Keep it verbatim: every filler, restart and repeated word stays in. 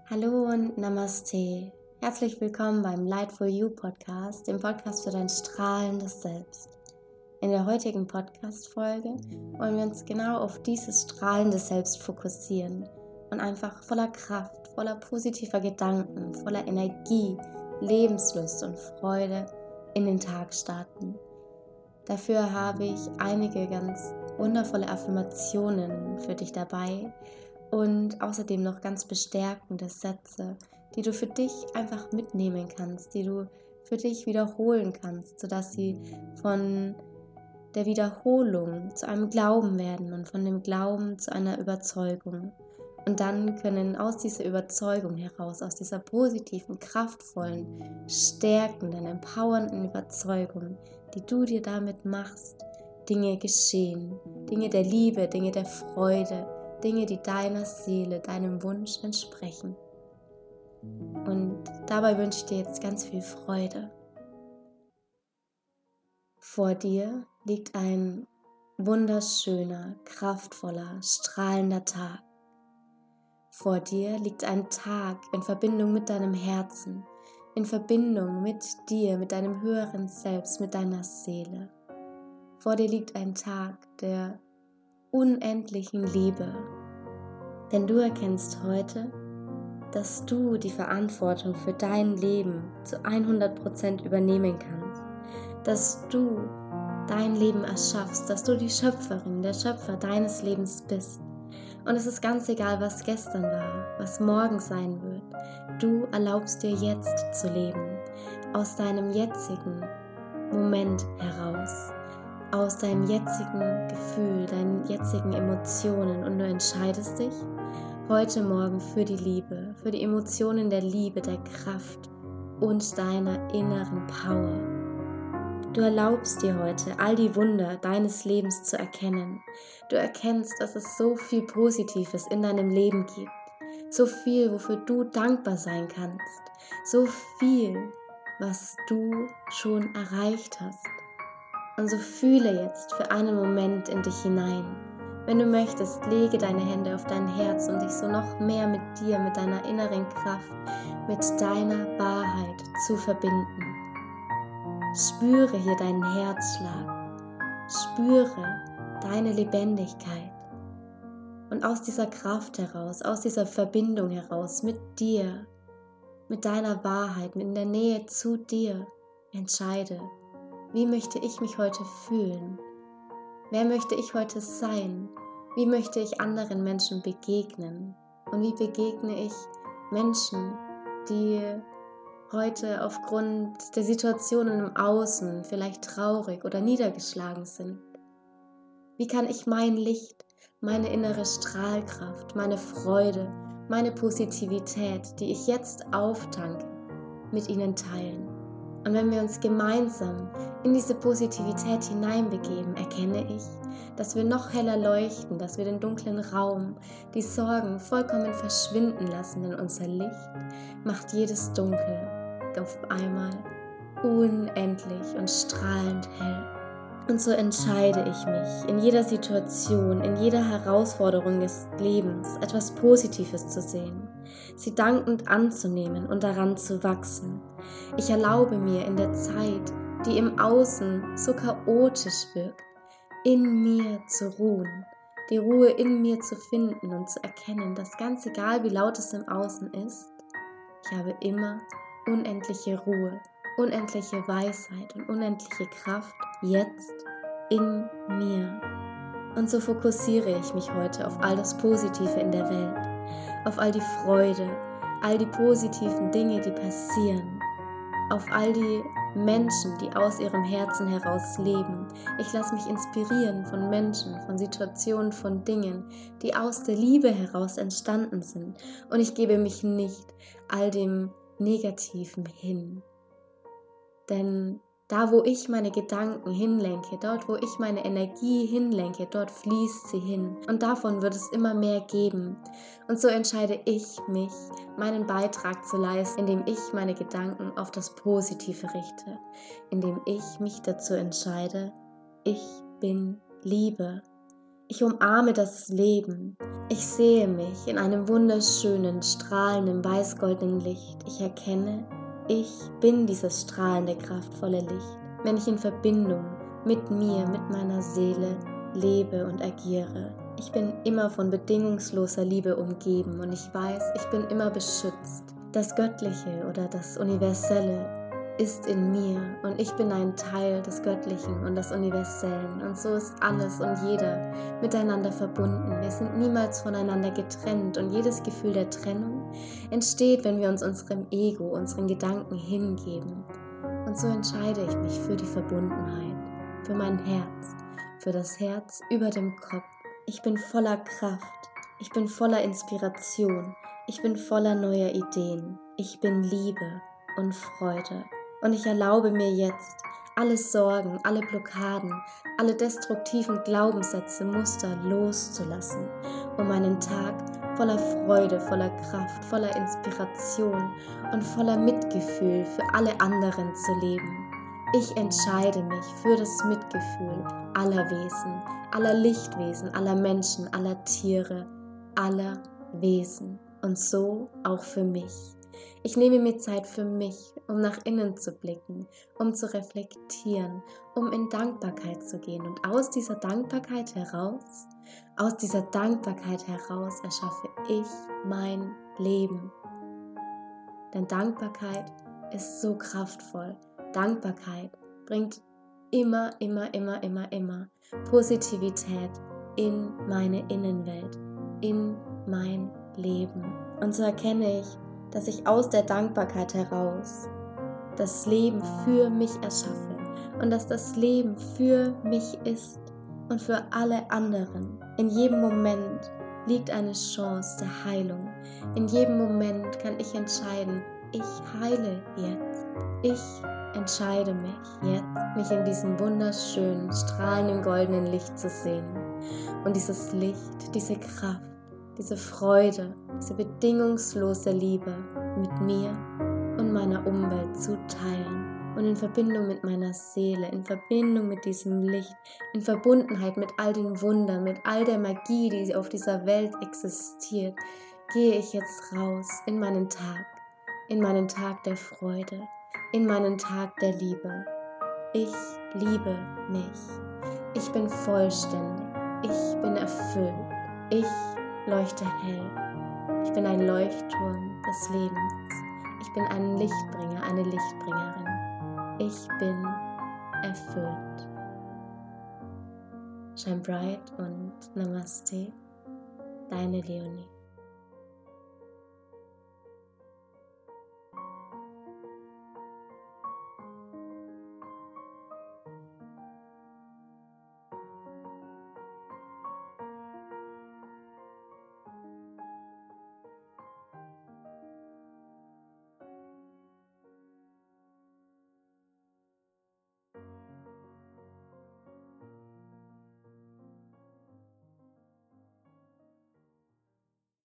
Hallo und Namaste. Herzlich willkommen beim Light for You Podcast, dem Podcast für dein strahlendes Selbst. In der heutigen Podcast-Folge wollen wir uns genau auf dieses strahlende Selbst fokussieren und einfach voller Kraft, voller positiver Gedanken, voller Energie, Lebenslust und Freude in den Tag starten. Dafür habe ich einige ganz wundervolle Affirmationen für dich dabei und außerdem noch ganz bestärkende Sätze, die du für dich einfach mitnehmen kannst, die du für dich wiederholen kannst, sodass sie von der Wiederholung zu einem Glauben werden und von dem Glauben zu einer Überzeugung. Und dann können aus dieser Überzeugung heraus, aus dieser positiven, kraftvollen, stärkenden, empowernden Überzeugung, die du dir damit machst, Dinge geschehen, Dinge der Liebe, Dinge der Freude, Dinge, die deiner Seele, deinem Wunsch entsprechen. Und dabei wünsche ich dir jetzt ganz viel Freude. Vor dir liegt ein wunderschöner, kraftvoller, strahlender Tag. Vor dir liegt ein Tag in Verbindung mit deinem Herzen, in Verbindung mit dir, mit deinem höheren Selbst, mit deiner Seele. Vor dir liegt ein Tag der unendlichen Liebe. Denn du erkennst heute, dass du die Verantwortung für dein Leben zu hundert Prozent übernehmen kannst. Dass du dein Leben erschaffst, dass du die Schöpferin, der Schöpfer deines Lebens bist. Und es ist ganz egal, was gestern war, was morgen sein wird. Du erlaubst dir jetzt zu leben, aus deinem jetzigen Moment heraus, aus deinem jetzigen Gefühl, deinen jetzigen Emotionen. Und du entscheidest dich heute Morgen für die Liebe, für die Emotionen der Liebe, der Kraft und deiner inneren Power. Du erlaubst dir heute, all die Wunder deines Lebens zu erkennen. Du erkennst, dass es so viel Positives in deinem Leben gibt. So viel, wofür du dankbar sein kannst. So viel, was du schon erreicht hast. Und so fühle jetzt für einen Moment in dich hinein. Wenn du möchtest, lege deine Hände auf dein Herz, um dich so noch mehr mit dir, mit deiner inneren Kraft, mit deiner Wahrheit zu verbinden. Spüre hier deinen Herzschlag, spüre deine Lebendigkeit und aus dieser Kraft heraus, aus dieser Verbindung heraus mit dir, mit deiner Wahrheit, in der Nähe zu dir, entscheide, wie möchte ich mich heute fühlen, wer möchte ich heute sein, wie möchte ich anderen Menschen begegnen und wie begegne ich Menschen, die heute aufgrund der Situationen im Außen vielleicht traurig oder niedergeschlagen sind. Wie kann ich mein Licht, meine innere Strahlkraft, meine Freude, meine Positivität, die ich jetzt auftanke, mit ihnen teilen? Und wenn wir uns gemeinsam in diese Positivität hineinbegeben, erkenne ich, dass wir noch heller leuchten, dass wir den dunklen Raum, die Sorgen vollkommen verschwinden lassen, denn unser Licht macht jedes Dunkel auf einmal unendlich und strahlend hell. Und so entscheide ich mich, in jeder Situation, in jeder Herausforderung des Lebens etwas Positives zu sehen, sie dankend anzunehmen und daran zu wachsen. Ich erlaube mir in der Zeit, die im Außen so chaotisch wirkt, in mir zu ruhen, die Ruhe in mir zu finden und zu erkennen, dass ganz egal wie laut es im Außen ist, ich habe immer unendliche Ruhe, unendliche Weisheit und unendliche Kraft jetzt in mir. Und so fokussiere ich mich heute auf all das Positive in der Welt, auf all die Freude, all die positiven Dinge, die passieren, auf all die Menschen, die aus ihrem Herzen heraus leben. Ich lasse mich inspirieren von Menschen, von Situationen, von Dingen, die aus der Liebe heraus entstanden sind. Und ich gebe mich nicht all dem Negativen hin. Denn da, wo ich meine Gedanken hinlenke, dort, wo ich meine Energie hinlenke, dort fließt sie hin. Und davon wird es immer mehr geben. Und so entscheide ich mich, meinen Beitrag zu leisten, indem ich meine Gedanken auf das Positive richte, indem ich mich dazu entscheide, ich bin Liebe. Ich umarme das Leben. Ich sehe mich in einem wunderschönen, strahlenden, weiß-goldenen Licht. Ich erkenne, ich bin dieses strahlende, kraftvolle Licht, wenn ich in Verbindung mit mir, mit meiner Seele lebe und agiere. Ich bin immer von bedingungsloser Liebe umgeben und ich weiß, ich bin immer beschützt. Das Göttliche oder das Universelle ist in mir und ich bin ein Teil des Göttlichen und des Universellen und so ist alles und jeder miteinander verbunden. Wir sind niemals voneinander getrennt und jedes Gefühl der Trennung entsteht, wenn wir uns unserem Ego, unseren Gedanken hingeben. Und so entscheide ich mich für die Verbundenheit, für mein Herz, für das Herz über dem Kopf. Ich bin voller Kraft, ich bin voller Inspiration, ich bin voller neuer Ideen, ich bin Liebe und Freude. Und ich erlaube mir jetzt, alle Sorgen, alle Blockaden, alle destruktiven Glaubenssätze, Muster loszulassen, um einen Tag voller Freude, voller Kraft, voller Inspiration und voller Mitgefühl für alle anderen zu leben. Ich entscheide mich für das Mitgefühl aller Wesen, aller Lichtwesen, aller Menschen, aller Tiere, aller Wesen und so auch für mich. Ich nehme mir Zeit für mich, um nach innen zu blicken, um zu reflektieren, um in Dankbarkeit zu gehen und aus dieser Dankbarkeit heraus, aus dieser Dankbarkeit heraus erschaffe ich mein Leben. Denn Dankbarkeit ist so kraftvoll. Dankbarkeit bringt immer, immer, immer, immer, immer Positivität in meine Innenwelt, in mein Leben. Und so erkenne ich, dass ich aus der Dankbarkeit heraus das Leben für mich erschaffe und dass das Leben für mich ist und für alle anderen. In jedem Moment liegt eine Chance der Heilung. In jedem Moment kann ich entscheiden, ich heile jetzt. Ich entscheide mich jetzt, mich in diesem wunderschönen, strahlenden, goldenen Licht zu sehen. Und dieses Licht, diese Kraft, diese Freude, diese bedingungslose Liebe mit mir und meiner Umwelt zu teilen und in Verbindung mit meiner Seele, in Verbindung mit diesem Licht, in Verbundenheit mit all den Wundern, mit all der Magie, die auf dieser Welt existiert, gehe ich jetzt raus in meinen Tag, in meinen Tag der Freude, in meinen Tag der Liebe. Ich liebe mich. Ich bin vollständig. Ich bin erfüllt. Ich leuchte hell. Ich bin ein Leuchtturm des Lebens. Ich bin ein Lichtbringer, eine Lichtbringerin. Ich bin erfüllt. Shine bright und Namaste, deine Leonie.